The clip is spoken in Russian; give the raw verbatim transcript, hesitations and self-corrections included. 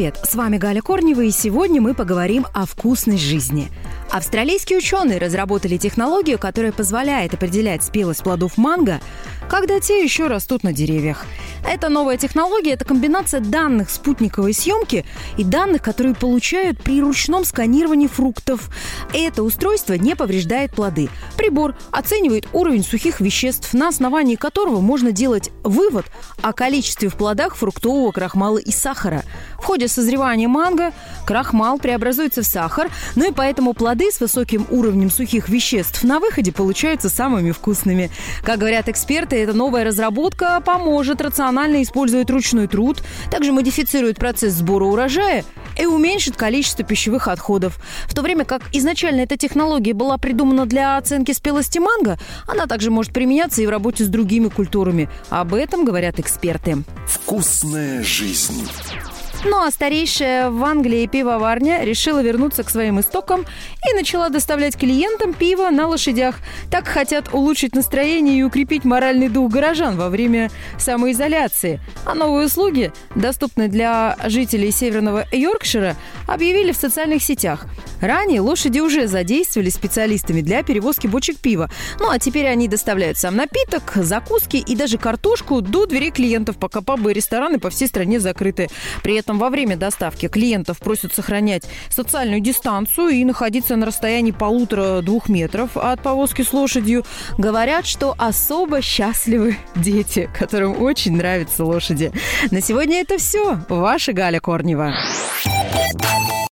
привет! С вами Галя Корнева, и сегодня мы поговорим о вкусной жизни. Австралийские ученые разработали технологию, которая позволяет определять спелость плодов манго, когда те еще растут на деревьях. Эта новая технология – это комбинация данных спутниковой съемки и данных, которые получают при ручном сканировании фруктов. Это устройство не повреждает плоды. Прибор оценивает уровень сухих веществ, на основании которого можно делать вывод о количестве в плодах фруктового крахмала и сахара. В ходе созревания манго крахмал преобразуется в сахар, ну и поэтому плоды с высоким уровнем сухих веществ на выходе получаются самыми вкусными. Как говорят эксперты, эта новая разработка поможет рационально использовать ручной труд, также модифицирует процесс сбора урожая и уменьшит количество пищевых отходов. В то время как изначально эта технология была придумана для оценки спелости манго, она также может применяться и в работе с другими культурами. Об этом говорят эксперты. Вкусная жизнь. Ну а старейшая в Англии пивоварня решила вернуться к своим истокам и начала доставлять клиентам пиво на лошадях. Так хотят улучшить настроение и укрепить моральный дух горожан во время самоизоляции. А новые услуги, доступные для жителей Северного Йоркшира, объявили в социальных сетях. Ранее лошади уже задействовали специалистами для перевозки бочек пива. Ну а теперь они доставляют сам напиток, закуски и даже картошку до дверей клиентов, пока пабы и рестораны по всей стране закрыты. При этом во время доставки клиентов просят сохранять социальную дистанцию и находиться на расстоянии полутора-двух метров от повозки с лошадью. Говорят, что особо счастливы дети, которым очень нравятся лошади. На сегодня это все. Ваша Галя Корнева.